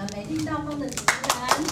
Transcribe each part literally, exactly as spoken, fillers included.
们美丽大方的主持人。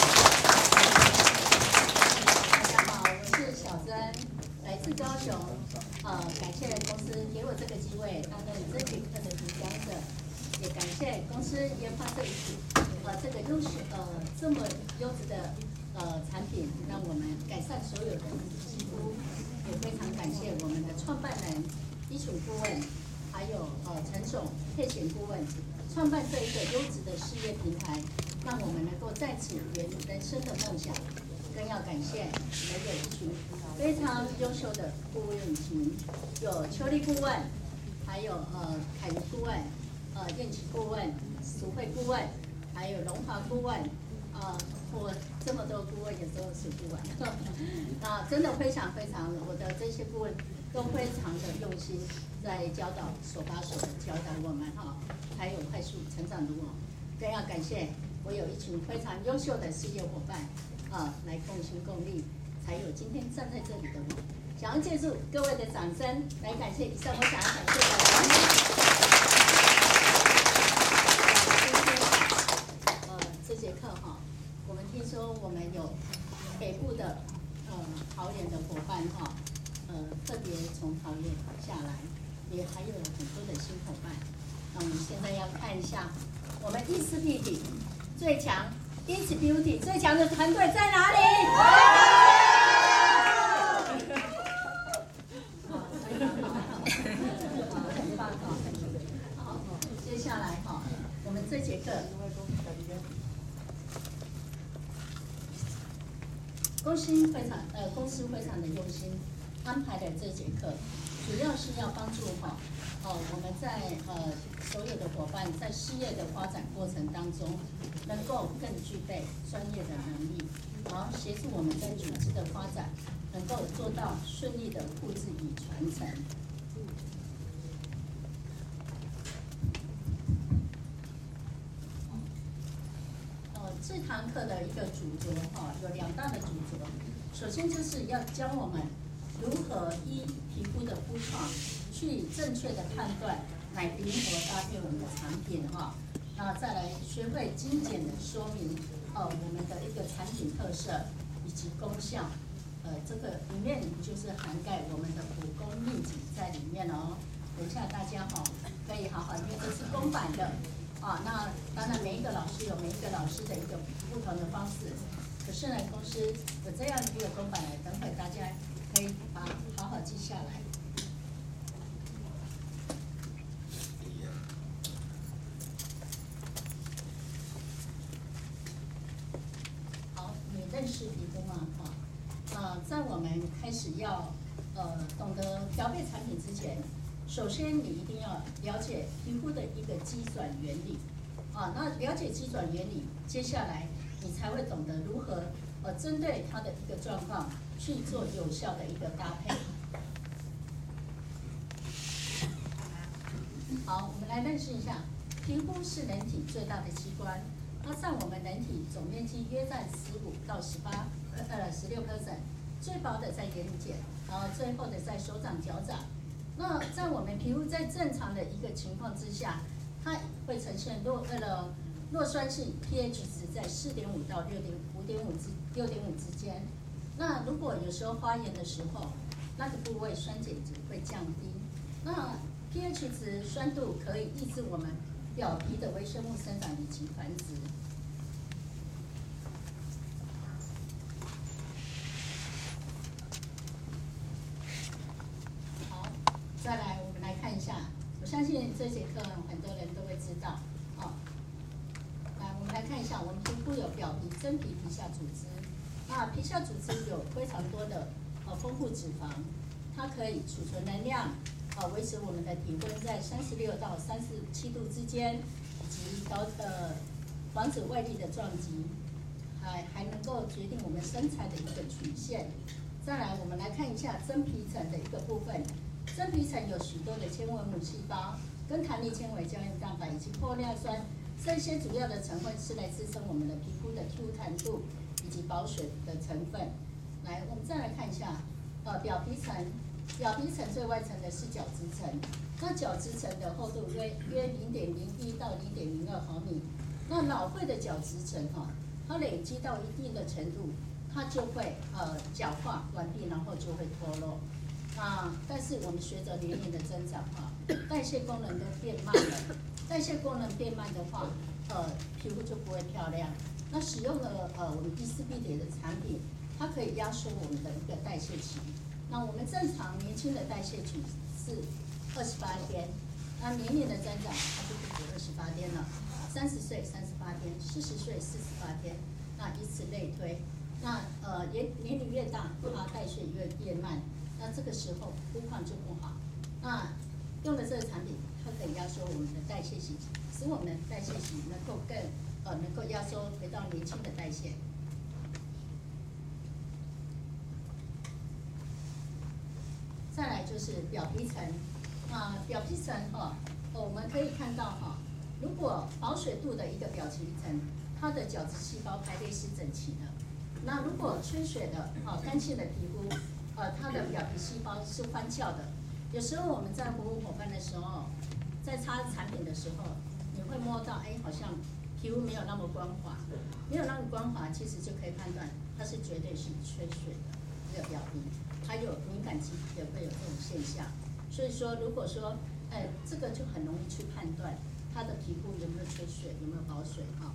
大家好，我是小珍，来自高雄。呃，感谢公司给我这个机会担任这节课的主讲者，也感谢公司研发这一组呃这个优秀呃这么优质的呃产品，让我们改善所有人的肌肤。也非常感谢我们的创办人医嘱顾问，还有呃陈总配险顾问，创办这一个优质的事业平台，让我们能够在此圆人生的梦想。更要感谢我们有一群非常优秀的顾问群，有邱丽顾问，还有呃凯瑜顾问，呃燕琪顾问，淑慧顾问，还有荣华顾问，呃我这么多顾问也都是顾问，啊真的非常非常，我的这些顾问都非常的用心在教导，手把手的教导我们哈，还有快速成长的我，更要感谢我有一群非常优秀的事业伙伴。啊，来共心共力，才有今天站在这里的我。想要借助各位的掌声来感谢以上我想要感谢的人。呃，这节课哈，我们听说我们有北部的呃桃园的伙伴哈，呃特别从桃园下来，也还有很多的新伙伴。那我们现在要看一下我们意思必体最强。It's Beauty 最强的团队在哪里？好，接下来哈，我们这节课，公司非常呃公司非常的用心安排的这节课，主要是要帮助哈。哦，我们在呃所有的伙伴在事业的发展过程当中，能够更具备专业的能力，然后协助我们跟组织的发展，能够做到顺利的复制与传承。呃，这堂课的一个主轴哈，有两大的主轴，首先就是要教我们如何依皮肤的肤况。去正确的判断，来灵活搭配我们的产品哈，那再来学会精简的说明，呃，我们的一个产品特色以及功效，呃，这个里面就是涵盖我们的武功秘籍在里面哦。等一下大家哈可以好好，因为这是公版的啊，那当然每一个老师有每一个老师的一个不同的方式，可是呢，公司有这样一个公版的，等会大家可以把好好记下来。认识皮肤嘛，哈，呃，在我们开始要呃懂得调配产品之前，首先你一定要了解皮肤的一个机转原理，啊，那了解机转原理，接下来你才会懂得如何呃针对它的一个状况去做有效的一个搭配。好，我们来认识一下，皮肤是人体最大的器官。它占我们人体总面积约在十五到十八呃十六 percent， 最薄的在眼睑，然后最厚的在手掌、脚掌。那在我们皮肤在正常的一个情况之下，它会呈现弱呃弱酸性 pH 值在四点五到六点五点五之六点五之间。那如果有时候发炎的时候，那个部位酸碱值会降低。那 pH 值酸度可以抑制我们表皮的微生物生长以及繁殖。好，再来我们来看一下，我相信这节课很多人都会知道。哦，来我们来看一下，我们皮肤有表皮、真皮、皮下组织。啊，皮下组织有非常多的呃丰富脂肪，它可以储存能量。呃，维持我们的体温在三十六到三十七度之间，以及高呃防止外力的撞击，还还能够决定我们身材的一个曲线。再来，我们来看一下真皮层的一个部分。真皮层有许多的纤维母细胞、跟弹力纤维、胶原蛋白以及玻尿酸，这些主要的成分是来支撑我们的皮肤的 Q 弹度以及保水的成分。来，我们再来看一下，呃，表皮层。表皮层最外层的是角质层，那角质层的厚度约约零点零一到零点零二毫米， 那老会的角质层哈，它累积到一定的程度，它就会呃角化完毕，然后就会脱落。啊，但是我们随着年龄的增长哈，代谢功能都变慢了。代谢功能变慢的话，呃，皮肤就不会漂亮。那使用了呃我们伊丝碧碘的产品，它可以压缩我们的一个代谢期。那我们正常年轻的代谢期是二十八天，那年龄的增长它就不止二十八天了。三十岁三十八天，四十岁四十八天，那以此类推。那呃年年龄越大，它代谢越越慢。那这个时候肤况就不好。那用的这个产品，它可以压缩我们的代谢期，使我们的代谢期能够更呃能够压缩回到年轻的代谢。再来就是表皮层，啊、呃、表皮层哈、哦，我们可以看到哈、哦，如果保水度的一个表皮层，它的角质细胞排列是整齐的。那如果缺水的啊、哦、干性的皮肤。呃，它的表皮细胞是欢翘的。有时候我们在服务伙伴的时候，在擦产品的时候，你会摸到，哎，好像皮肤没有那么光滑，没有那么光滑，其实就可以判断它是绝对是缺水的这个表皮，还有敏感肌也会有这种现象。所以说，如果说，哎，这个就很容易去判断它的皮肤有没有缺水，有没有保水哈。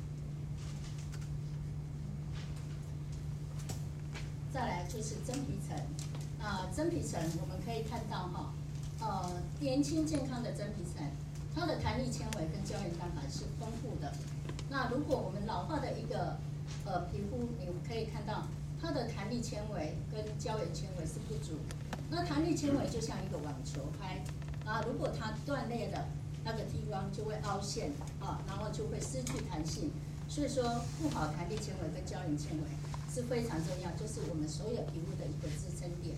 再来就是真皮层，啊、呃，真皮层我们可以看到哈，呃，年轻健康的真皮层，它的弹力纤维跟胶原蛋白是丰富的。那如果我们老化的一个呃皮肤，你可以看到它的弹力纤维跟胶原纤维是不足。那弹力纤维就像一个网球拍，啊，如果它断裂了，那个地方就会凹陷啊，然后就会失去弹性。所以说，护好弹力纤维跟胶原纤维是非常重要，就是我们所有皮肤的一个支撑点。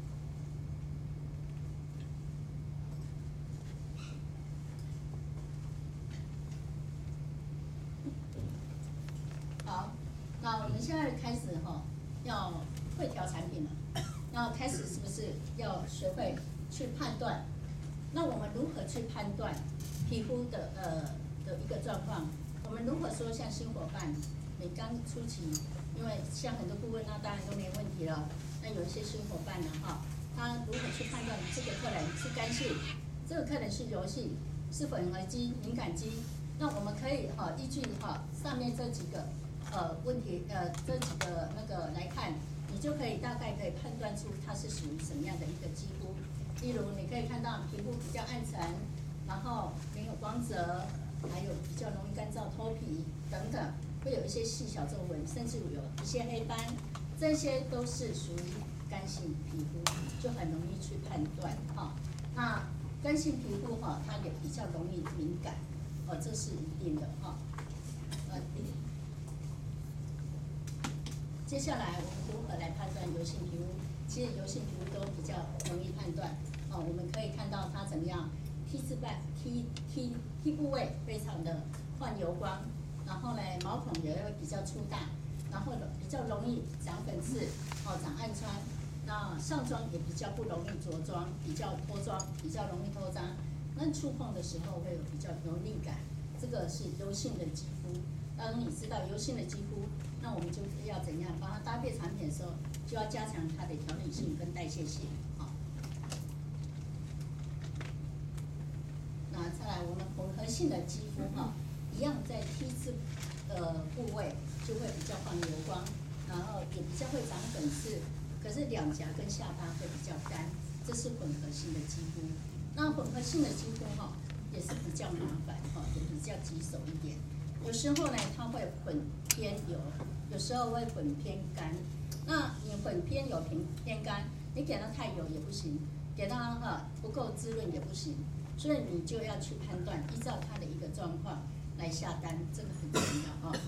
好，那我们现在开始哈，要会调产品了。那开始是不是要学会去判断？那我们如何去判断皮肤的呃的一个状况？我们如果说像新伙伴，你刚初期，因为像很多顾问那当然都没问题了。那有一些新伙伴呢哈，他如何去判断这个客人是干性，这个客人是油性，是混合肌、敏感肌？那我们可以哈依据哈上面这几个呃问题呃这几个那个来看，你就可以大概可以判断出它是属于什么样的一个肌肤。例如你可以看到皮肤比较暗沉，然后没有光泽，还有比较容易干燥脱皮等等。会有一些细小皱纹，甚至有一些黑斑，这些都是属于干性皮肤，就很容易去判断哈。那干性皮肤哈，它也比较容易敏感，哦，这是一定的哈。呃，接下来我们如何来判断油性皮肤？其实油性皮肤都比较容易判断，哦，我们可以看到它怎么样 ，T 字半 T T T 部位非常的泛油光。然后呢，毛孔也会比较粗大，然后比较容易长粉刺，哦，长暗疮。那上妆也比较不容易着妆，比较脱妆，比较容易脱妆。那触碰的时候会有比较油腻感，这个是油性的肌肤。当你知道油性的肌肤，那我们就要怎样帮它搭配产品的时候，就要加强它的调理性跟代谢性，好、哦。那再来我们混合性的肌肤哈。一样在 T 字呃部位就会比较泛油光，然后也比较会长粉刺，可是两颊跟下巴会比较干，这是混合性的肌肤。那混合性的肌肤哈也是比较麻烦哈，也比较棘手一点。有时候呢它会混偏油，有时候会混偏干。那你混偏油偏偏干，你给它太油也不行，给它哈不够滋润也不行，所以你就要去判断，依照它的一个状况。来下单，这个很重要啊、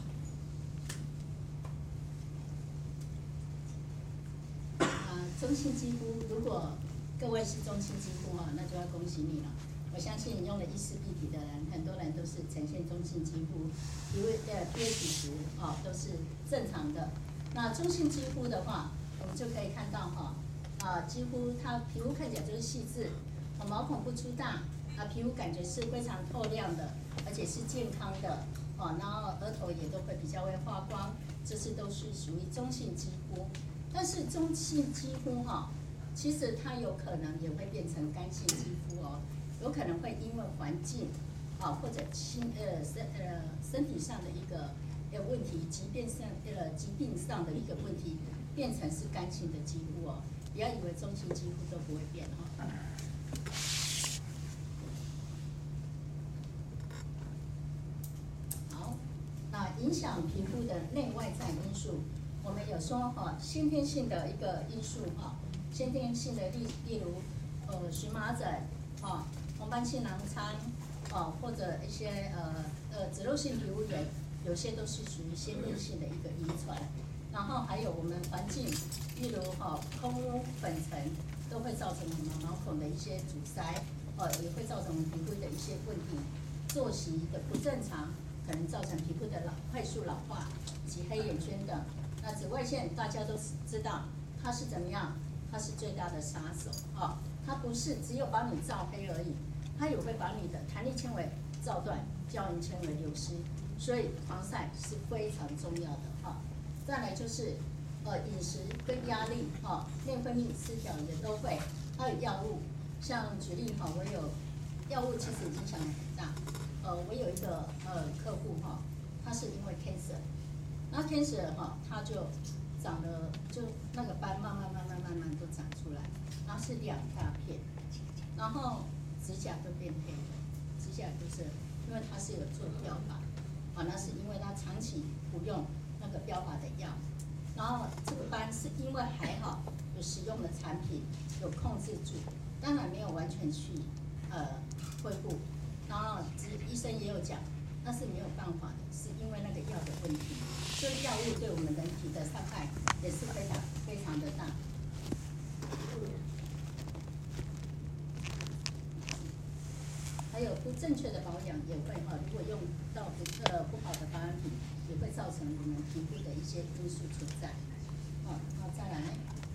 哦。啊，中性肌肤，如果各位是中性肌肤哈，那就要恭喜你了。我相信你用了伊丝碧碘的人，很多人都是呈现中性肌肤，皮肤的 pH 值啊都是正常的。那中性肌肤的话，我们就可以看到哈，啊，肌肤它皮肤看起来就是细致，毛孔不粗大，啊，皮肤感觉是非常透亮的。而且是健康的， 哦，然后额头也都会比较会发光，这是都是属于中性肌肤。但是中性肌肤哈、哦，其实它有可能也会变成干性肌肤哦，有可能会因为环境啊或者亲呃身呃身体上的一个呃问题，疾病上呃疾病上的一个问题，变成是干性的肌肤哦。不要以为中性肌肤都不会变哈、哦。好，那影响皮肤的内外在因素，我们有说哈、哦，先天性的一个因素哈、哦，先天性的例例如呃荨麻疹啊、红斑性狼疮啊，或者一些呃呃脂漏性皮肤炎，有些都是属于先天性的一个遗传。然后还有我们环境，例如哈、哦、空污、粉尘，都会造成我们毛孔的一些阻塞，哦，也会造成我们皮肤的一些问题。作息的不正常，可能造成皮肤的老快速老化及黑眼圈等。那紫外线大家都知道，它是怎么样？它是最大的杀手啊、哦！它不是只有把你照黑而已，它也会把你的弹力纤维照断，胶原纤维流失。所以防晒是非常重要的哈、哦。再来就是呃饮食跟压力哈、哦，内分泌失调也都会。还有药物，像举例哈、哦，我有药物其实影响很大。呃，我有一个呃客户哈、哦，他是因为 cancer， 那 cancer 哈、哦，他就长了就那个斑慢慢慢慢慢慢都长出来，然后是两大片，然后指甲都变黑了，指甲就是因为他是有做标靶，啊，那是因为他长期服用那个标靶的药，然后这个斑是因为还好有使用的产品有控制住，当然没有完全去呃恢复，然后医生也有讲，那是没有办法的，是因为那个药的问题。所以药物对我们人体的伤害也是非常非常的大。还有不正确的保养也会哈，如果用到不呃不好的保养品，也会造成我们皮肤的一些因素存在。好，好再来。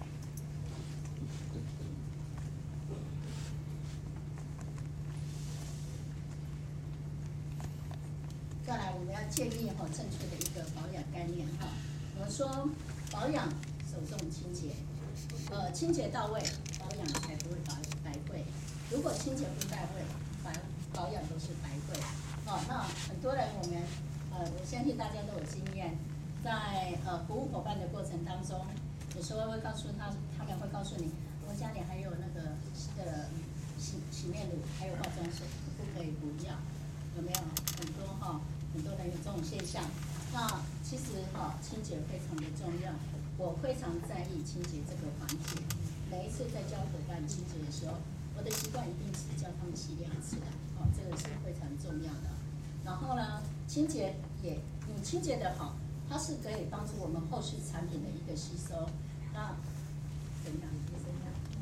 再来，我们要建立哈正确的一个保养概念哈。我们说保养首重清洁，呃，清洁到位，保养才不会白白费。如果清洁不到位，保保养都是白费。哦，那很多人我们呃，我相信大家都有经验，在呃服务伙伴的过程当中，有时候会告诉他，他们会告诉你，我家里还有那个呃洗洗面乳，还有化妆水，不可以不要，有没有？很多哈。哦很多人有这种现象，那其实哈、哦，清洁非常的重要，我非常在意清洁这个环节。每一次在教伙伴清洁的时候，我的习惯一定是教他们洗两次的，哦，这个是非常重要的。然后呢，清洁也你清洁的好，它是可以帮助我们后续产品的一个吸收。那怎样？怎样？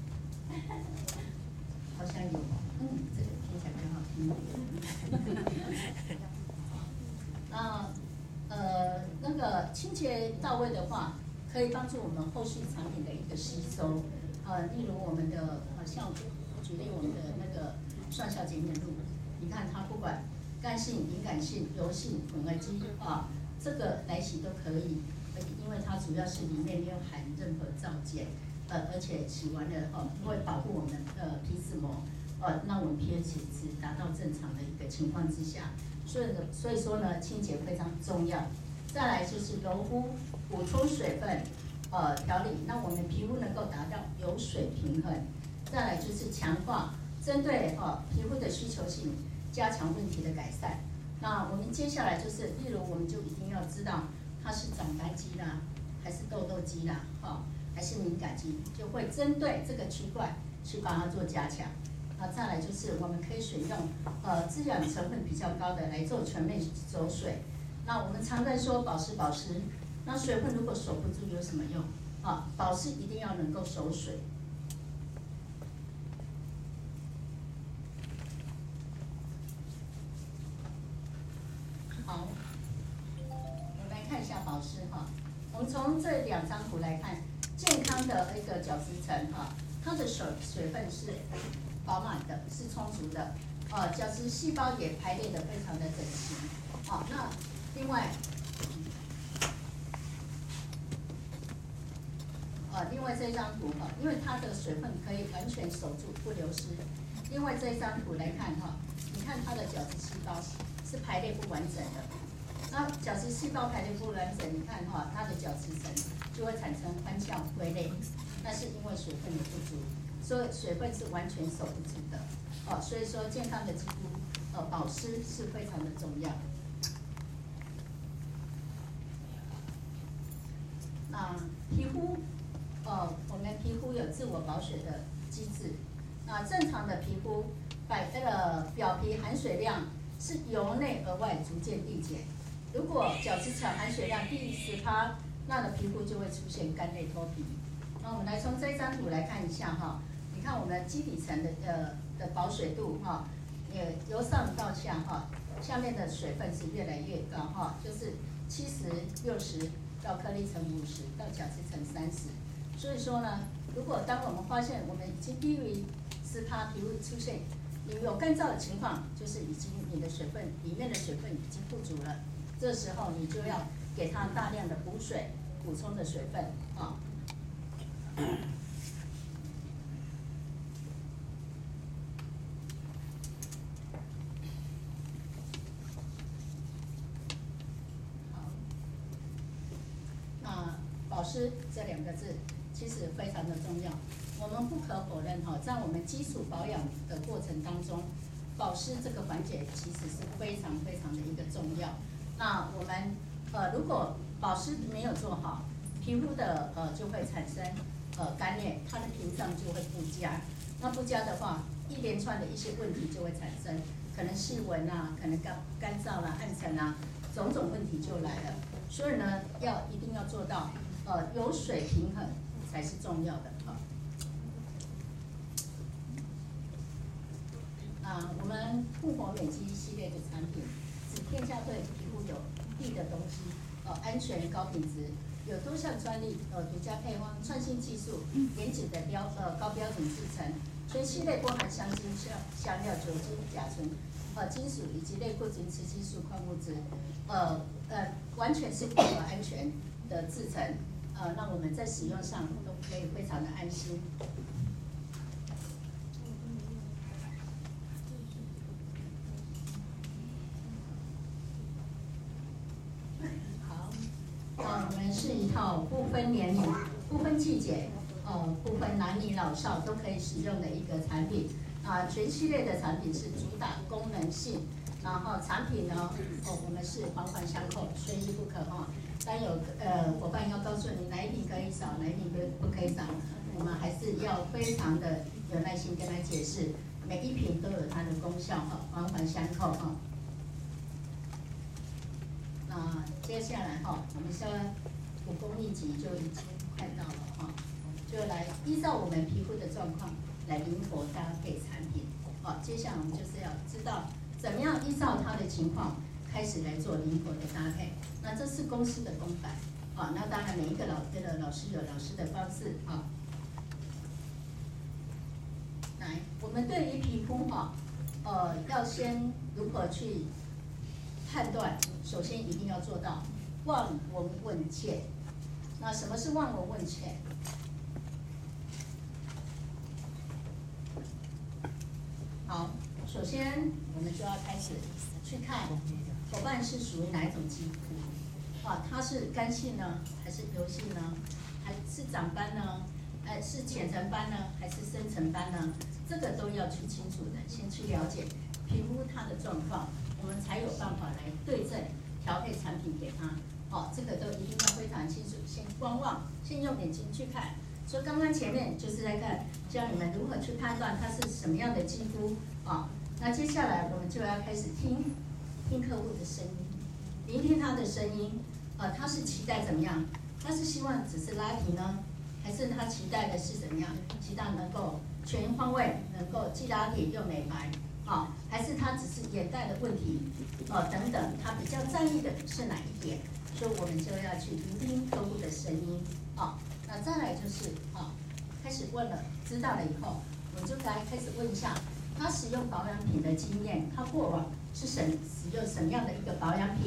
好像有，嗯，这个听起来很好听。那呃那个清洁到位的话，可以帮助我们后续产品的一个吸收。呃，例如我们的呃像举例我们的那个双效洁面露，你看它不管干性、敏感性、油性、混合肌啊，这个来洗都可以，因为它主要是里面没有含任何皂碱，呃，而且洗完了后、哦、会保护我们的皮脂膜，呃，让我们 pH 值达到正常的一个情况之下。所以，所以说呢，清洁非常重要。再来就是柔肤，补充水分，呃，调理，让我们皮肤能够达到油水平衡。再来就是强化，针对呃皮肤的需求性，加强问题的改善。那我们接下来就是，例如我们就一定要知道它是长白肌啦，还是痘痘肌啦，哈、哦，还是敏感肌，就会针对这个区块去帮它做加强。那再来就是我们可以选用呃滋养成分比较高的来做全面锁水。那我们常在说保湿保湿，那水分如果守不住有什么用？啊，保湿一定要能够守水。好，我们来看一下保湿哈。我们从这两张图来看，健康的一个角质层哈，它的水水分是饱满的，是充足的，呃，角质细胞也排列的非常的整齐，好、哦，那另外，呃，另外这一张图哈，因为它的水分可以完全守住不流失。另外这一张图来看哈，你看它的角质细胞是排列不完整的。那角质细胞排列不完整，你看哈，它的角质层就会产生欢笑归类，那是因为水分的不足，所以水分是完全守不住的。哦，所以说健康的肌肤，呃，保湿是非常的重要。那皮肤，呃，我们皮肤有自我保水的机制。那正常的皮肤，百呃表皮含水量是由内而外逐渐递减。如果角质层含水量低于十趴，那的皮肤就会出现干裂脱皮。那我们来从这一张图来看一下哈，你看我们基底层的呃的保水度哈，也由上到下哈，下面的水分是越来越高哈，就是七十、六十到颗粒层五十到角质层三十。所以说呢，如果当我们发现我们已经低于十趴，皮肤出现你有干燥的情况，就是已经你的水分里面的水分已经不足了。这时候你就要给它大量的补水，补充的水分啊。好，那保湿这两个字其实非常的重要。我们不可否认哈，在我们基础保养的过程当中，保湿这个环节其实是非常非常的一个重要。那我们呃，如果保湿没有做好，皮肤的呃就会产生呃干裂，它的屏障就会不佳。那不佳的话，一连串的一些问题就会产生，可能细纹啊，可能干干燥啦、暗沉啊，种种问题就来了。所以呢，要一定要做到呃有水平衡才是重要的哈。啊，我们复活美肌系列的产品，只添加对皮肤有益的东西，呃，安全高品质，有多项专利，呃，独家配方、创新技术、严谨的标呃高标准制成，全系列不含香精、香香料、酒精、甲醇、呃金属以及类固醇、雌激素、矿物质，呃呃，完全是符合安全的制成，呃，让我们在使用上都可以非常的安心。是一套不分年龄、不分季节、呃不分男女老少都可以使用的一个产品。啊，全系列的产品是主打功能性，然后产品呢，哦我们是环环相扣，缺一不可哈。当有呃伙伴要告诉你哪一瓶可以扫，哪一瓶不不可以扫，我们还是要非常的有耐心跟他解释，每一瓶都有它的功效哈，环环相扣哈。那接下来哈，我们说蒲公英集就已经快到了哈，就来依照我们皮肤的状况来灵活搭配产品。好，接下来我们就是要知道怎么样依照它的情况开始来做灵活的搭配。那这是公司的公版，啊，那当然每一个老师的老师有老师的方式啊。来，我们对于皮肤哈，呃，要先如何去判断？首先一定要做到望闻问切。那什么是望闻问切？好，首先我们就要开始去看伙伴是属于哪一种肌肤，啊，它是干性呢，还是油性呢，还是长斑呢，还是浅层斑呢，还是深层斑呢？这个都要去清楚的，先去了解皮肤它的状况，我们才有办法来对症调配产品给他。哦，这个都一定要非常清楚，先观望，先用眼睛去看。所以刚刚前面就是在看教你们如何去判断它是什么样的肌肤啊。那接下来我们就要开始听听客户的声音，聆听他的声音。呃，他是期待怎么样？他是希望只是拉提呢，还是他期待的是怎么样？期待能够全方位，能够既拉提又美白，啊，还是他只是眼袋的问题，呃等等，他比较在意的是哪一点？所以我们就要去聆听客户的声音，啊，那再来就是啊，开始问了，知道了以后，我们就来开始问一下他使用保养品的经验，他过往是什使用什么样的一个保养品，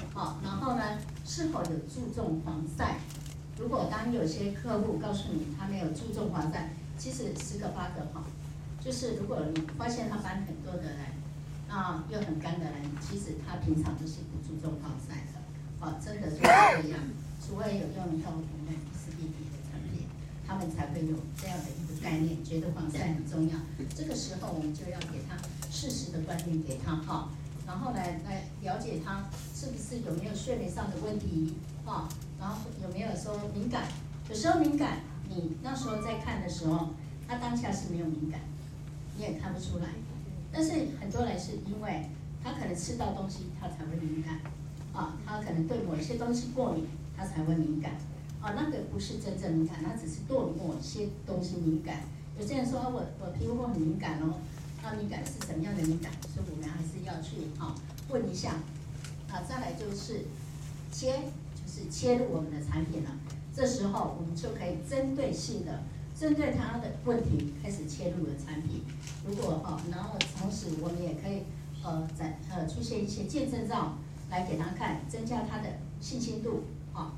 好，然后呢，是否有注重防晒？如果当有些客户告诉你他没有注重防晒，其实十个八个哈，就是如果你发现他斑很多的人，啊又很干的人，其实他平常都是不注重防晒的，啊，真的就是这样。除非有用到我们 S B D 的产品，他们才会有这样的一个概念，觉得防晒很重要。这个时候我们就要给他适时的观念给他哈，然后来来了解他是不是有没有睡眠上的问题啊，然后有没有说敏感，有时候敏感，你那时候在看的时候，他当下是没有敏感，你也看不出来。但是很多人是因为他可能吃到东西，他才会敏感，啊，他可能对某一些东西过敏，他才会敏感，啊，那个不是真正敏感，他只是对某些东西敏感。有些人说，我我皮肤很敏感哦，那敏感是什么样的敏感？所以我们还是要去啊问一下，啊，再来就是切，就是切入我们的产品了。这时候我们就可以针对性的针对他的问题开始切入的产品。如果哈，然后同时我们也可以呃展呃出现一些见证照来给他看，增加他的信心度啊。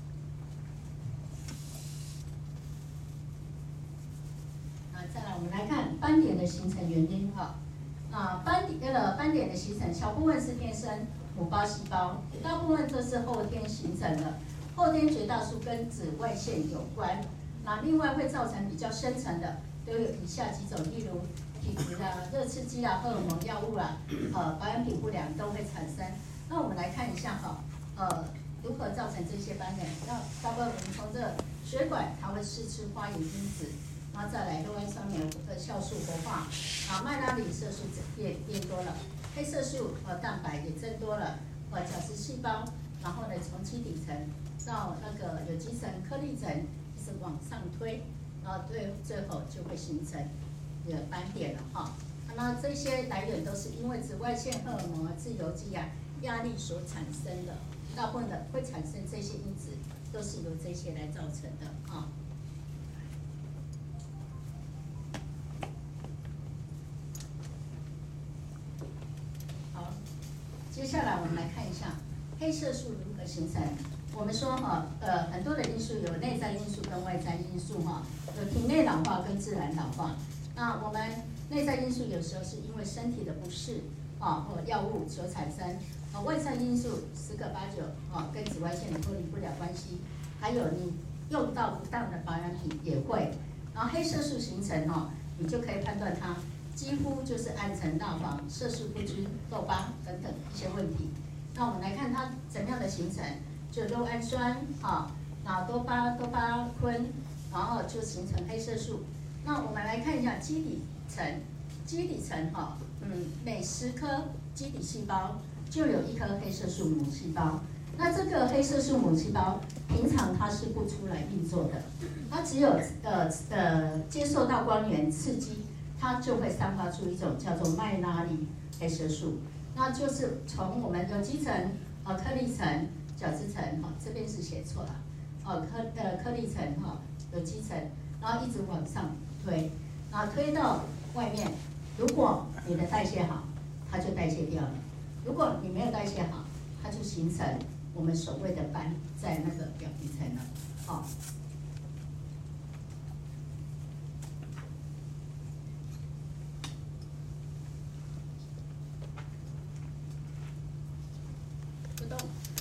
啊，再来我们来看斑点的形成原因哈。啊，斑点的斑点的形成，小部分是天生母胞细胞，大部分都是后天形成的。后天绝大数跟紫外线有关。那另外会造成比较深层的，都有以下几种，例如体质啊、热刺激啊、荷尔蒙药物啊、呃保养品不良都会产生。那我们来看一下哈，呃如何造成这些斑点？那大部分我们从这血管它会释出花炎因子，然后再来肉胺酸酶的酵素活化，啊麦拉里色素变变多了，黑色素和蛋白也增多了，呃角质细胞，然后呢从基底层到那个有机层、颗粒层。是往上推，然后最最后就会形成这个斑点了哈。那这些来源都是因为紫外线、荷尔蒙啊、自由基啊、压力所产生的，大部分的会产生这些因子，都是由这些来造成的啊。好，接下来我们来看一下黑色素如何形成。我们说哈，呃，很多的因素有内在因素跟外在因素哈，有体内老化跟自然老化。那我们内在因素有时候是因为身体的不适啊或药物所产生，啊，外在因素十个八九啊跟紫外线脱离不了关系，还有你用到不当的保养品也会。然后黑色素形成哈，你就可以判断它几乎就是暗沉蜡黄、色素不均、痘疤等等一些问题。那我们来看它怎么样的形成。就肉氨酸啊，然后多巴多巴胺，然后就形成黑色素。那我们来看一下基底层，基底层哈，嗯，每十颗基底细胞就有一颗黑色素母细胞。那这个黑色素母细胞平常它是不出来运作的，它只有呃呃接受到光源刺激，它就会散发出一种叫做麦拉里黑色素。那就是从我们有基层呃颗粒层。角质层哈，这边是写错了，哦颗的颗粒层哈，有基层，然后一直往上推，然后推到外面。如果你的代谢好，它就代谢掉了；如果你没有代谢好，它就形成我们所谓的斑在那个表皮层了，哦。不动。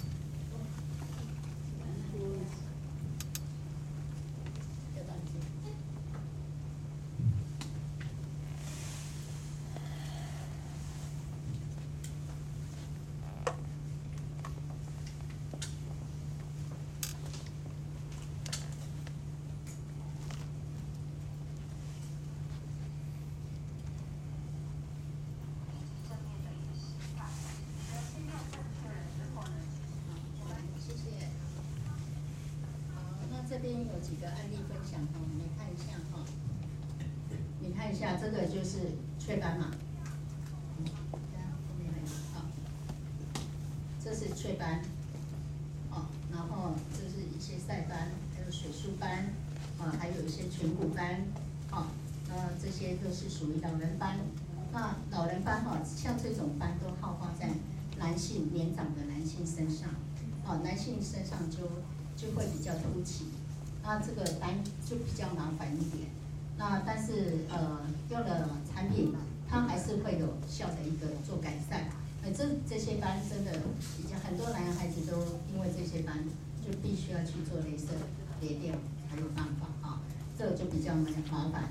这边有几个案例分享哈，我们来看一下哈。你看一下，这个就是雀斑嘛，好，这是雀斑，哦，然后这是一些晒斑，还有水素斑，啊，还有一些颧骨斑，啊，那这些都是属于老人斑。那老人斑哈，像这种斑都好发在男性年长的男性身上，哦，男性身上就就会比较凸起，那这个单就比较麻烦一点。那但是呃用了产品，它还是会有效的一个做改善。呃，这这些斑真的已经很多男孩子都因为这些斑就必须要去做雷射裂掉才有办法啊，这个就比较麻麻烦。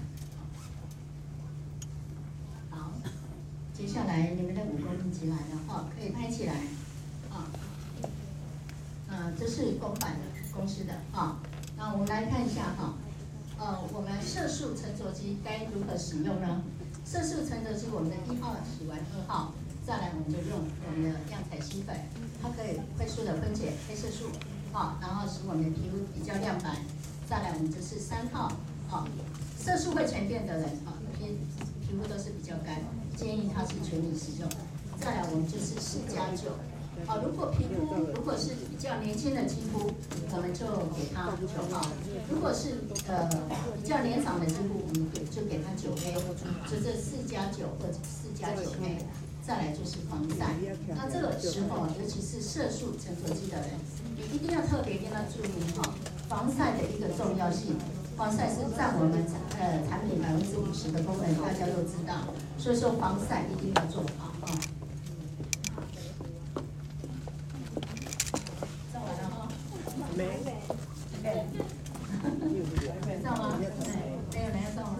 好，接下来你们的武功一起来了哈，可以拍起来啊。呃，这是公版的公司的啊。那我们来看一下哈。呃，我们色素沉着机该如何使用呢？色素沉着机，我们的一号洗完二号，再来我们就用我们的样彩吸粉，它可以快速的分解黑色素，啊，然后使我们的皮肤比较亮白。再来我们就是三号，啊，色素会沉淀的人，啊，皮皮肤都是比较干，建议他是全力使用。再来我们就是四加九。好，如果皮肤如果是比较年轻的肌肤，我们就给它九号；如果是呃比较年长的肌肤，我们就给它九 A， 就这四加九或者四加九 A。再来就是防晒，那这个时候尤其是色素沉着肌的人，你一定要特别跟他注意哈，防晒的一个重要性。防晒是占我们呃产品百分之五十的功能，大家都知道，所以说防晒一定要做好啊。 没， 对，照吗？没有人要照吗？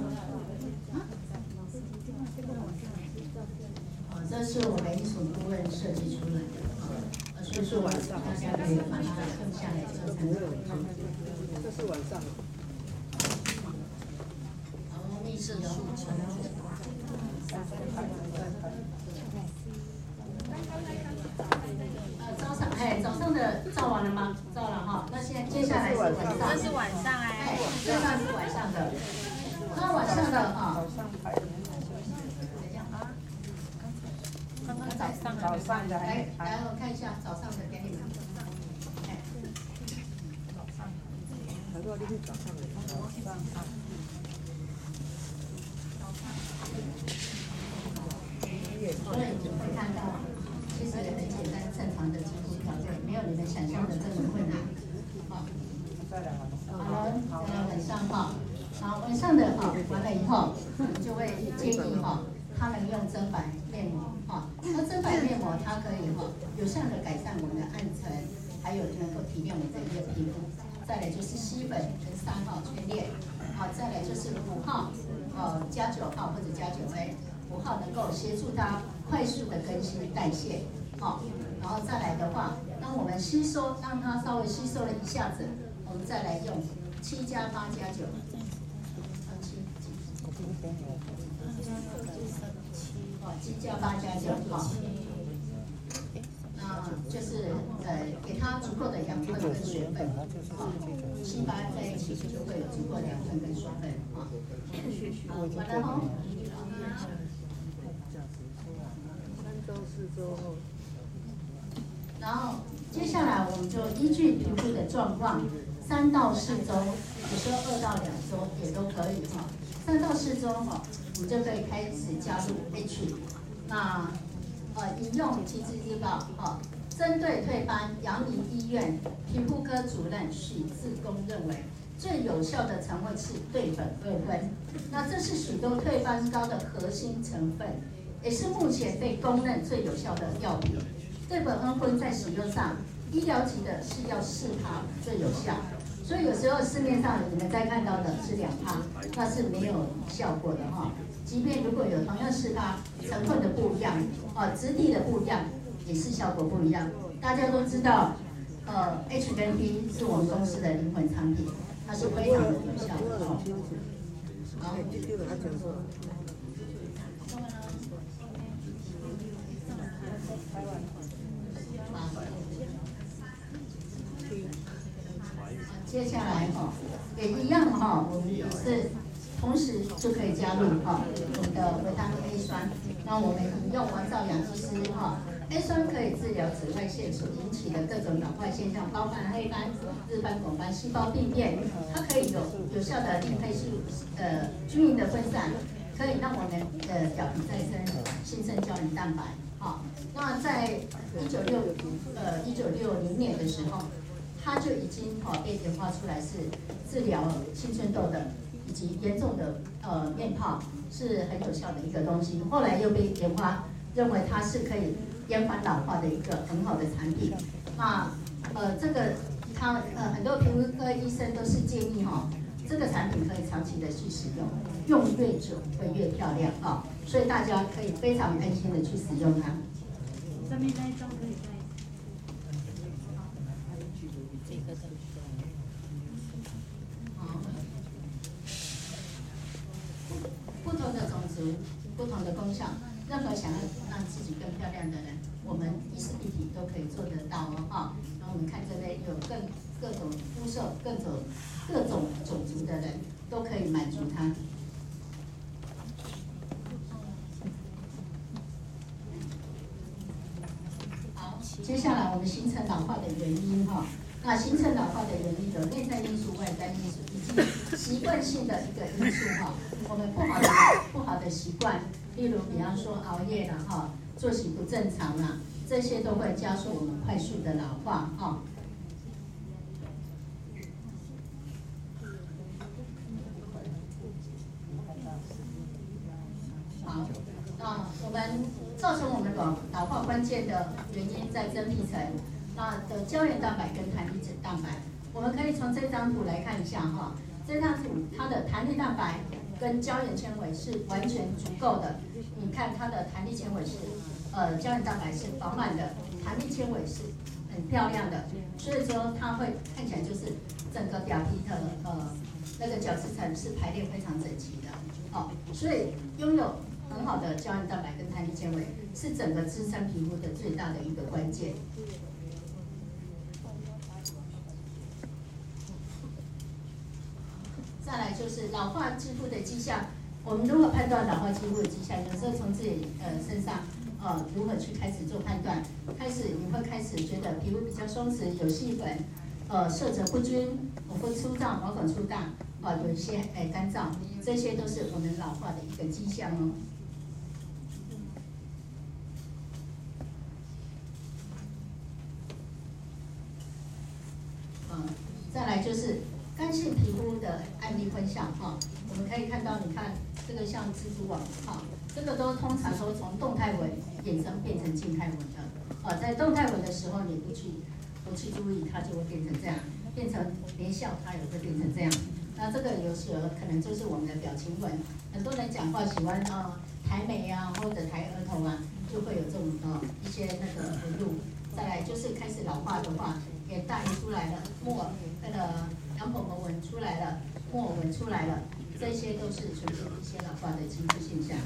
哦，这是我们艺术顾问设计出来的，呃，所以说大家可以把它刻下来做参考。 这是晚上。 好，密室有储存。早上，哎，早上的照完了吗？照了哈。那现在接下来是晚上。 这是晚上哎。 哎，这上是晚上的。那晚上的哈。怎样啊？ 刚刚早上早上的来，来，我看一下早上的给你们。哎。 早上。他说你是早上的。早上。 所以你会看到，其实很简单，正常的肌肤条件，没有你们想象的这么困难。好，好了，再来晚上哈，好，晚上的哈完了以后，我们就会建议哈，他们用真白面膜哈。那真白面膜它可以哈，有效的改善我们的暗沉，还有能够提亮我们的一个皮肤。再来就是吸粉跟三号圈裂，好，再来就是五号，呃加九号或者加九 A。五号能够协助它快速的更新代谢，好、哦，然后再来的话，当我们吸收，让它稍微吸收了一下子，我们再来用七加八加九，七哦，七加八加九，好，那就是呃，给它足够的养分跟水分，好、哦，七八在一起就会有足够的养分跟水分，啊、哦，好，完了哈。然后接下来我们就依据皮肤的状况，三到四周，有时候二到两周也都可以哈。三到四周哈，我们就可以开始加入 H。那呃，引用机制日报哈，针对退斑，阳明医院皮肤科主任许志公认为，最有效的成分是对苯二酚。那这是许多退斑膏的核心成分。也是目前被公认最有效的药品。对苯二酚在使用上，医疗级的是要四趴最有效，所以有时候市面上你们在看到的是两趴，那是没有效果的哈。即便如果有同样四趴，成分的不一样，哦，质地的不一样，也是效果不一样。大家都知道，呃 ，H 跟 P 是我们公司的灵魂产品，它是非常的有效的哦。好。接下来哈，也一样哈，我们也是同时就可以加入哈我们的维他命 A 酸。那我们引用王兆阳医师哈 ，A 酸可以治疗紫外线所引起的各种老化现象，包含黑斑、日斑、红斑、细胞病变，它可以有有效的令黑素呃均匀的分散。可以让我们的表皮再生新陈生胶原蛋白。好，那在一九六呃一九六零年的时候，它就已经哈被研发出来是治疗青春痘的以及严重的呃面泡是很有效的一个东西。后来又被研发认为它是可以延缓老化的一个很好的产品。那呃这个它呃很多皮肤科医生都是建议哈。这个产品可以长期的去使用，用越久会越漂亮啊、哦，所以大家可以非常安心的去使用它。 上面那一张可以再。 好，不同的种族，不同的功效，任何想要让自己更漂亮的人，我们一式一体都可以做得到哦哈。然后我们看这边有更各种肤色、各种。各种种族的人都可以满足它。好，接下来我们形成老化的原因哈，那形成老化的原因有内在因素、外在因素以及习惯性的一个因素哈。我们不好的不好的习惯，例如比方说熬夜了哈，作息不正常啦，这些都会加速我们快速的老化哈。好，那我们造成我们老老化关键的原因在真皮层，那的胶原蛋白跟弹力蛋白，我们可以从这张图来看一下哈。这张图它的弹力蛋白跟胶原纤维是完全足够的。你看它的弹力纤维是，呃，胶原蛋白是饱满的，弹力纤维是很漂亮的，所以说它会看起来就是整个表皮的呃那个角质层是排列非常整齐的。好，所以拥有很好的胶原蛋白跟弹力纤维是整个支撑皮肤的最大的一个关键。再来就是老化肌肤的迹象，我们如何判断老化肌肤的迹象？有时候从自己呃身上呃如何去开始做判断？开始你会开始觉得皮肤比较松弛，有细粉，呃色泽不均，皮肤粗糙，毛孔粗大，啊、呃、有一些哎干燥，这些都是我们老化的一个迹象哦。嗯，再来就是干性皮肤的案例分享哈，我们可以看到，你看这个像蜘蛛网哈，这个都通常都从动态纹衍生变成静态纹的。啊，在动态纹的时候，你不去不去注意，它就会变成这样，变成连笑它也会变成这样。那这个有时候可能就是我们的表情纹，很多人讲话喜欢啊抬眉啊或者抬额头啊，就会有这种呃一些那个纹路。再来就是开始老化的话，眼大也出来了，木耳那个羊婆婆纹出来了，木耳纹出来了，这些都是属于一些老化的肌肤现象。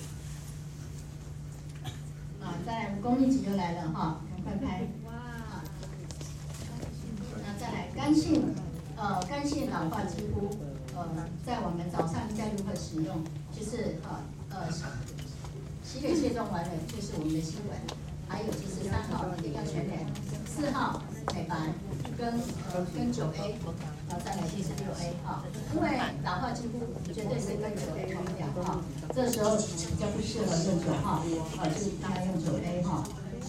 啊，再来蜈蚣疟疾又来了哈，快拍。哇。那再来干性，呃，干性老化肌肤，呃，在我们早上应该如何使用？就是呃呃，洗脸卸妆完了，就是我们的新闻。还有就是三号一定要全脸，四号美白跟呃跟九 A， 然后再来就是六 A 哈，因为老化肌肤绝对是跟九 A 同量哈，这时候比较不适合用九号，啊就是大概用九 A 哈。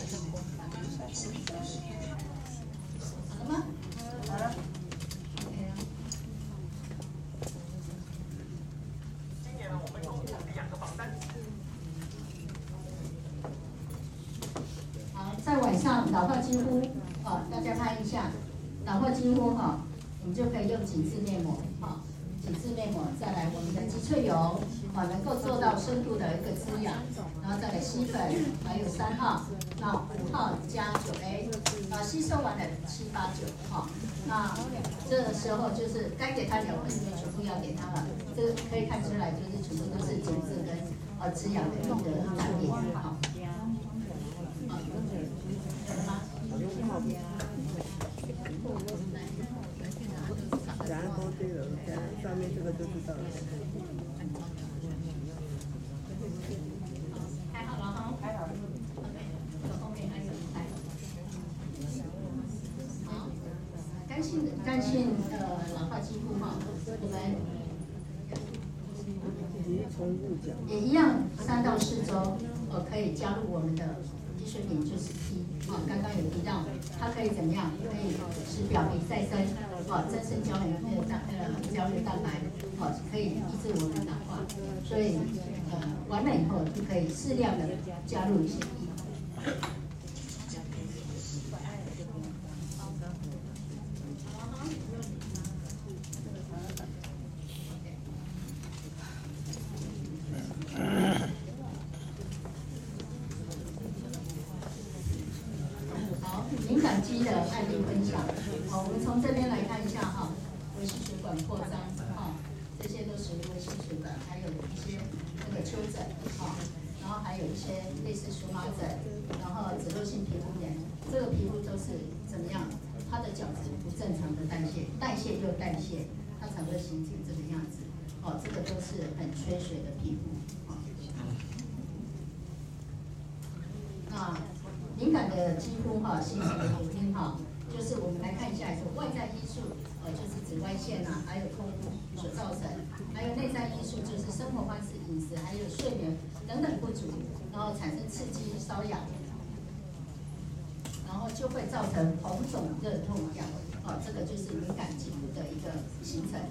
好了吗？好了。OK 啊。今年呢，我们公布两个榜单。在晚上老化肌肤，啊，大家拍一下，老化肌肤哈，我们就可以用紧致面膜，哈，紧致面膜，再来我们的极萃油，啊，能够做到深度的一个滋养，然后再来吸粉，还有三号，那五号加九 A， 啊，吸收完了七八九，哈，那这个时候就是该给它两份就全部要给它了，这个可以看出来就是全部都是紧致跟呃滋养的一个产品，哈。 然后这个上面这个就知道了。 还好了哈，还好。后面还有一排。好，干性的干性呃老化肌肤哈，我们也一样三到四周。 哦，可以加入我们的医学品就是 T， 哦，刚刚有提到，它可以怎么样？可以使表皮再生，哦，增生胶原呃蛋呃胶原蛋白，哦，可以抑制我们老化，所以呃完了以后就可以适量的加入一些 E。敏感肌的案例分享，好，我们从这边来看一下哈，微细血管扩张，哈，这些都属于微细血管，还有一些那个丘疹，哈，然后还有一些类似荨麻疹，然后脂漏性皮肤炎，这个皮肤都是怎么样？它的角质不正常的代谢，代谢又代谢，它才会形成这个样子，哦，这个都是很缺水的皮肤，哦，那。敏感的肌肤哈，形成的原因哈，就是我们来看一下，有外在因素，呃，就是紫外线呐、啊，还有空污所造成，还有内在因素，就是生活方式、饮食，还有睡眠等等不足，然后产生刺激、瘙痒，然后就会造成红肿、热痛、痒，哦，这个就是敏感肌肤的一个形成。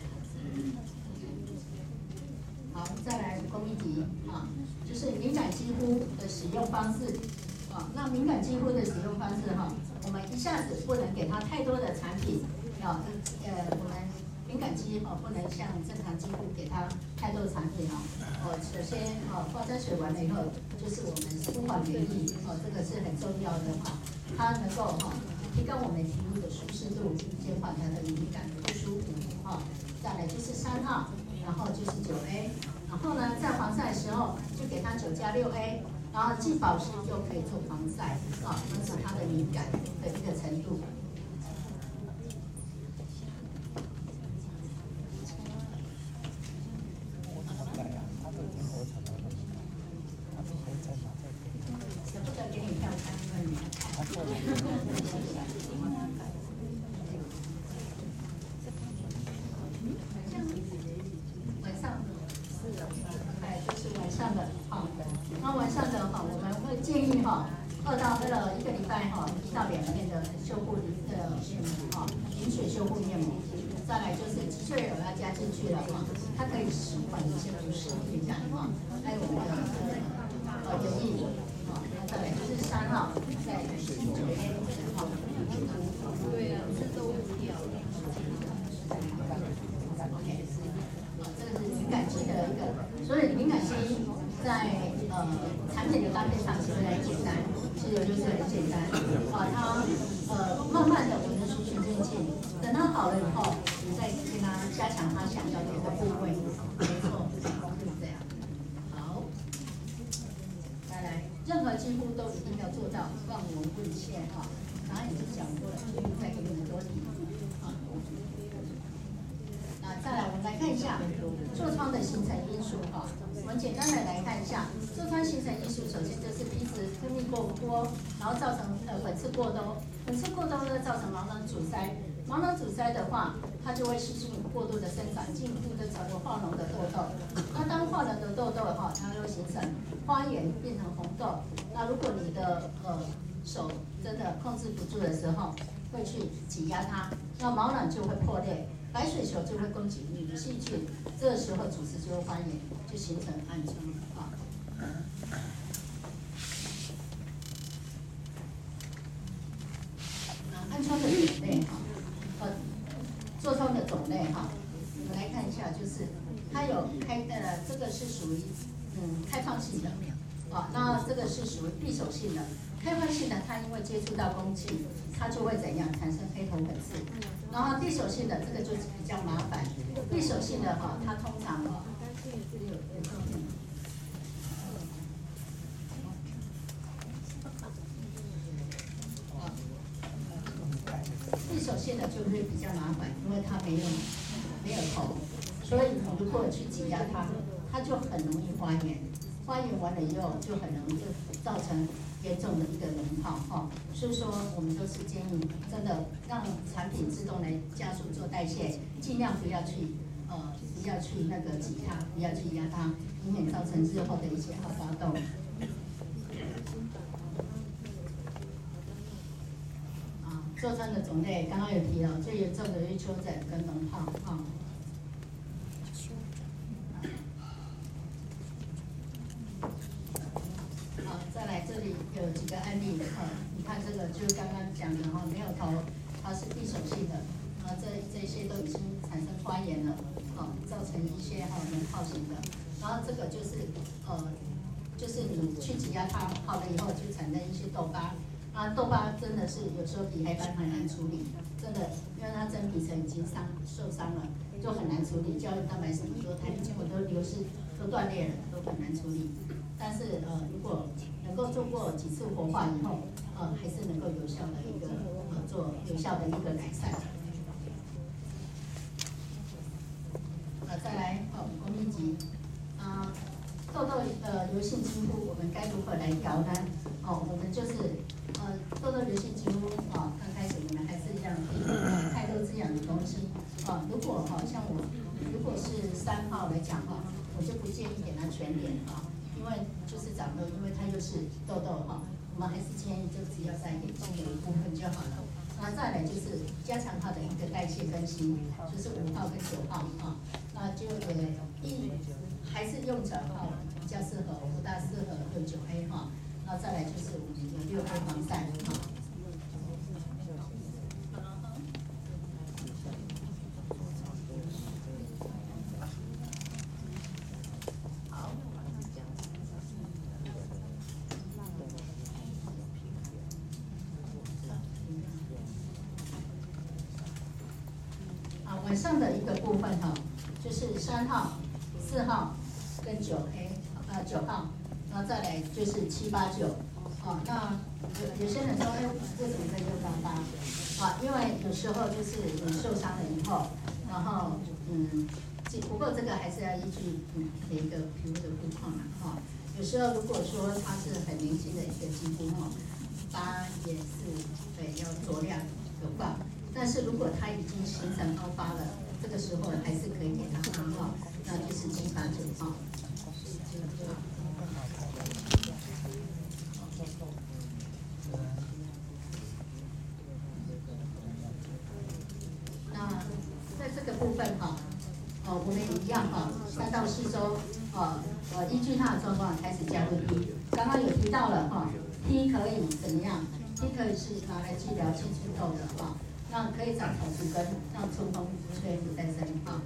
好，再来公益题啊，就是敏感肌肤的使用方式。啊，那敏感肌肤的使用方式哈，我们一下子不能给它太多的产品，啊，呃，我们敏感肌哈不能像正常肌肤给它太多的产品哦。哦，首先哦，化妆水完了以后，就是我们舒缓原液，哦，这个是很重要的哈，它能够哈提高我们皮肤的舒适度，减缓它的敏感的不舒服哈。再来就是三号，然后就是九 A， 然后呢，在防晒的时候就给它九加六 A。然后既保湿又可以做防晒，啊，防止它的敏感的一个程度。舍不得给你跳三分钟。晚上，哎，就是晚上的啊。那晚上的哈，我们会建议哈，二到呃一个礼拜哈，一到两片的修护的面膜哈，饮水修护面膜。再来就是的确有要加进去了哈，它可以舒缓一些不适敏感哈，还有我们的呃油液哈，那再来就是三号在九 A 哈，对啊，这都掉了。OK， 啊，这个是敏感肌的一个，所以敏感肌。在呃产品的搭配上其实很简单，其实就是很简单，把它呃慢慢的我们循序渐进，等它好了以后，你再跟它加强它想要的一个部位，没错，就是这样。好，再来，任何肌肤都一定要做到望闻问切哈，刚刚已经讲过了，不用再给你们多提啊。那再来，我们来看一下痤疮的形成因素哈。我们简单的来看一下，痤疮形成因素，首先就是皮脂分泌过多，然后造成呃粉刺过多，粉刺过多呢造成毛囊阻塞，毛囊阻塞的话，它就会细菌过度的生长，进一步的成为化脓的痘痘。那当化脓的痘痘哈，它会形成发炎变成红痘。那如果你的呃手真的控制不住的时候，会去挤压它，那毛囊就会破裂。白血球就会攻击你的细菌，这个时候组织就会发炎，就形成暗疮啊。啊，暗疮的种类哈，呃，痤疮的种类哈，我们来看一下，就是它有开呃，这个是属于嗯开放性的，啊，那这个是属于闭锁性的。开放性的，它因为接触到空气，它就会怎样产生黑头粉刺。然后闭锁性的这个就是比较麻烦，闭锁性的哈，它通常哈，闭锁性的就会比较麻烦，因为它没有没有头，所以你如果去挤压它，它就很容易发炎。发炎完了以后，就很容易就造成严重的一个脓疱哈，所以说我们都是建议真的让产品自动来加速做代谢，尽量不要去呃不要去那个挤它，不要去压它，以免造成日后的一些好发动。 痤疮的种类刚刚有提到，最严重的是丘疹跟脓疱啊。好，再来这里有几个案例哈，你看这个就是刚刚讲的哈，没有头，它是闭锁性的，啊这这些都已经产生发炎了，啊造成一些哈脓疱型的，然后这个就是呃就是你去挤压它好了以后就产生一些痘疤。啊，痘疤真的是有时候比黑斑很难处理，真的，因为它真皮层已经伤受伤了，就很难处理，胶原蛋白什么都它结果都流失都断裂了，都很难处理。但是呃，如果能够做过几次活化以后，呃，还是能够有效的一个呃做有效的一个改善。呃，再来哦，宫密集啊，痘痘呃油性肌肤我们该如何来调呢？哦，我们就是。呃，痘痘油性肌肤啊，刚开始我们还是要给太多滋养的东西啊。如果哈、啊、像我，如果是三号来讲哈、啊，我就不建议给它全脸啊，因为就是长痘，因为它又是痘痘哈、啊，我们还是建议就只要在眼睛的一部分就好了。那再来就是加强它的一个代谢更新，就是五号跟九号啊，那就也一还是用着哈、啊、比较适合，不大适合用九 A 哈。那再来就是我们的六 A 防晒哈。好。啊，晚上的一个部分哈，就是三号、四号跟九 A 呃九号。然后再来就是七八九，啊，那有有些人说，哎，为什么可以用到八？啊，因为有时候就是你受伤了以后，然后嗯，不过这个还是要依据嗯每一个皮肤的肤况嘛，哈、啊。有时候如果说它是很年轻的一个肌肤哈，八也是对要酌量有放。但是如果它已经形成凹疤了，这个时候还是可以给它八号，那就是七八九号。部分哈，呃，我们也一样哈，三到四周，呃呃，依据它的状况开始加入 T。刚刚有提到了哈 ，T 可以怎么样 ？T 可以是拿来治疗青春痘的哈，那可以长草树根，让春风吹拂在身哈。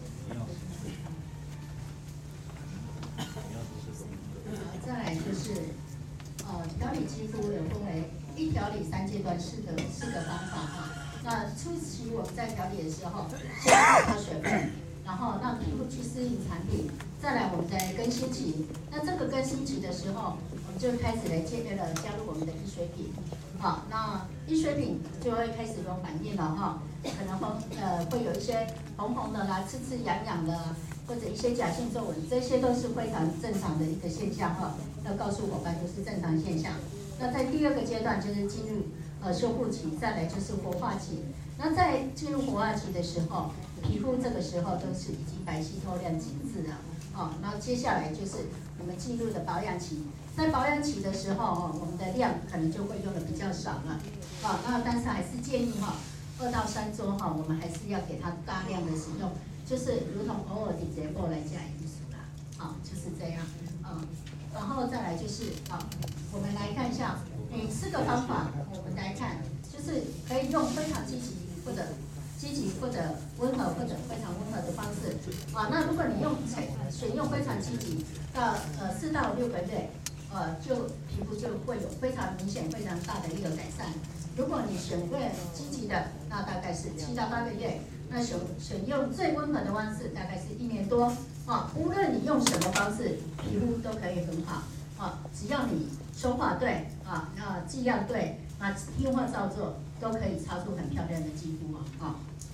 再来就是，呃，调理肌肤有分为一调理三阶段，四个四个方法哈。那初期我们在调理的时候，先泡它水分，然后让皮肤去适应产品。再来我们在更新期，那这个更新期的时候，我们就开始来建立了加入我们的医水品。好，那医水品就会开始有反应了哈，可能红呃会有一些红红的啦、刺刺痒痒的，或者一些假性皱纹，这些都是非常正常的一个现象哈。要告诉伙伴都是正常现象。那在第二个阶段就是进入。呃，修复期，再来就是活化期。那在进入活化期的时候，皮肤这个时候都是已经白皙透亮紧致了。哦，然后接下来就是我们进入的保养期。在保养期的时候，哦，我们的量可能就会用的比较少了。哦，那但是还是建议哈、哦，二到三周哈、哦，我们还是要给它大量的使用，就是如同偶尔的节后来加艺术啦。好、哦，就是这样。嗯、哦，然后再来就是好、哦，我们来看一下。嗯，四个方法我们来看，就是可以用非常积极或者积极或者温和或者非常温和的方式啊。那如果你用选用非常积极，到呃四到六个月，呃就皮肤就会有非常明显、非常大的一个改善。如果你选用积极的，那大概是七到八个月。那选选用最温和的方式，大概是一年多啊。无论你用什么方式，皮肤都可以很好啊，只要你手法对啊，那剂量对，啊听话照做，都可以擦出很漂亮的肌肤啊！啊。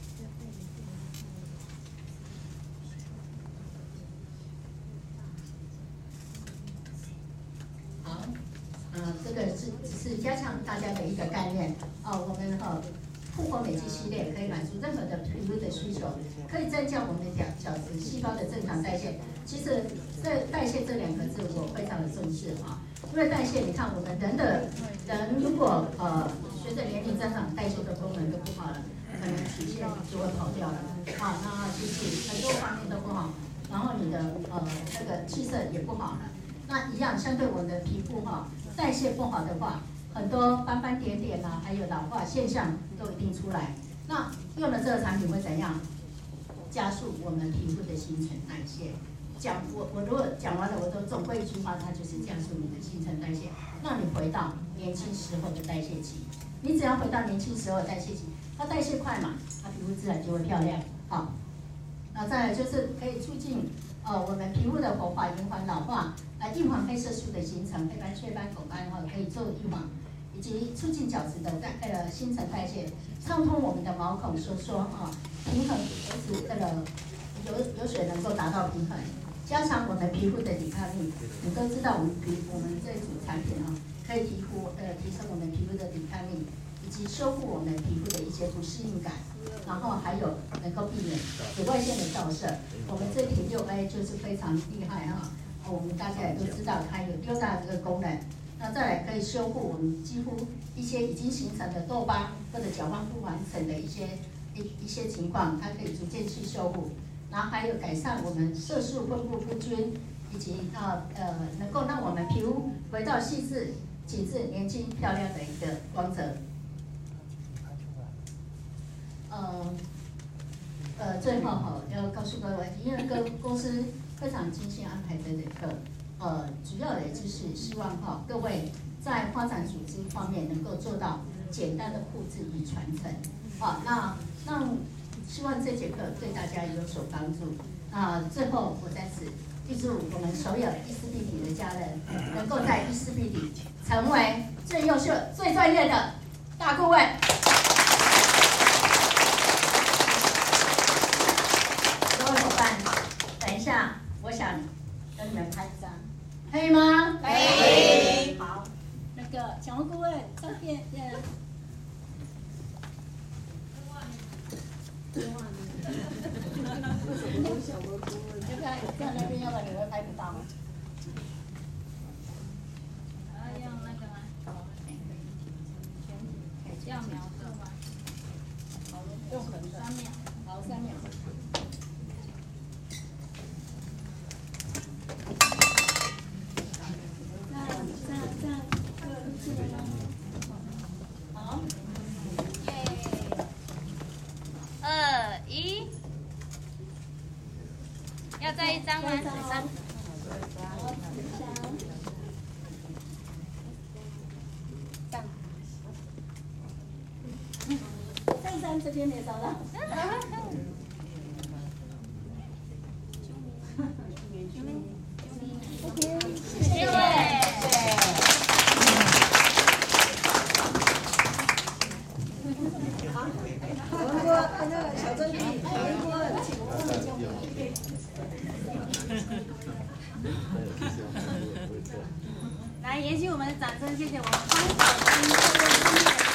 好，呃，这个是只是加强大家的一个概念哦。我们哈复活美肌系列可以满足任何的皮肤的需求，可以增加我们的角角质细胞的正常代谢。其实这代谢这两个字我非常的重视啊。 因为代谢，你看我们人的人如果呃随着年龄增长，代谢的功能都不好了，可能曲线就会跑掉了。啊，那就是很多方面都不好，然后你的呃那个气色也不好了。那一样，相对我们的皮肤哈、代谢不好的话，很多斑斑点点啊，还有老化现象都一定出来。那用了这个产品会怎样？加速我们皮肤的新陈代谢。讲我我如果讲完了，我都总归一句话，它就是加速你的新陈代谢，让你回到年轻时候的代谢期。你只要回到年轻时候的代谢期，它代谢快嘛，它皮肤自然就会漂亮。好，那再来就是可以促进呃我们皮肤的活化，延缓老化，来预防黑色素的形成，黑斑、雀斑、狗斑哈可以做预防，以及促进角质的代呃新陈代谢，畅通我们的毛孔收缩哈，平衡维持这个油油水能够达到平衡。加强我们皮肤的抵抗力，你都知道我们皮我们这组产品啊，可以提高呃提升我们皮肤的抵抗力，以及修复我们皮肤的一些不适应感，然后还有能够避免紫外线的照射。我们这瓶六 A 就是非常厉害哈，我们大家也都知道它有六大这个功能。那再来可以修复我们肌肤一些已经形成的痘疤或者角斑不完整的一些一一些情况，它可以逐渐去修复。然后还有改善我们色素分布不均，以及呃呃能够让我们皮肤回到细致、紧致、年轻、漂亮的一个光泽。呃呃，最后哈要告诉各位，因为各公司非常精心安排这节课，呃，主要也就是希望哈各位在发展组织方面能够做到简单的复制与传承。好，那让。希望这节课对大家有所帮助。啊、呃，最后我在此预祝我们所有伊思必底的家人，能够在伊思必底成为最优秀、最专业的大顾问。各位伙伴，等一下，我想跟你们拍一张，可以吗？可以。好，那个蒋顾问照片，呃。就看在那边，要不然你会拍不到吗？ 要用那个吗？要描述吗？ 用横的。 三秒。 好，三秒。这样这样这样，记得吗？好。 二一，要再一张吗？ 三。好，一张。这样。珊珊这边也找到。OK， 谢谢。好，文哥，那个小珍妮，文哥，请问来，延续我们的掌声，谢谢我们方小军这位专业。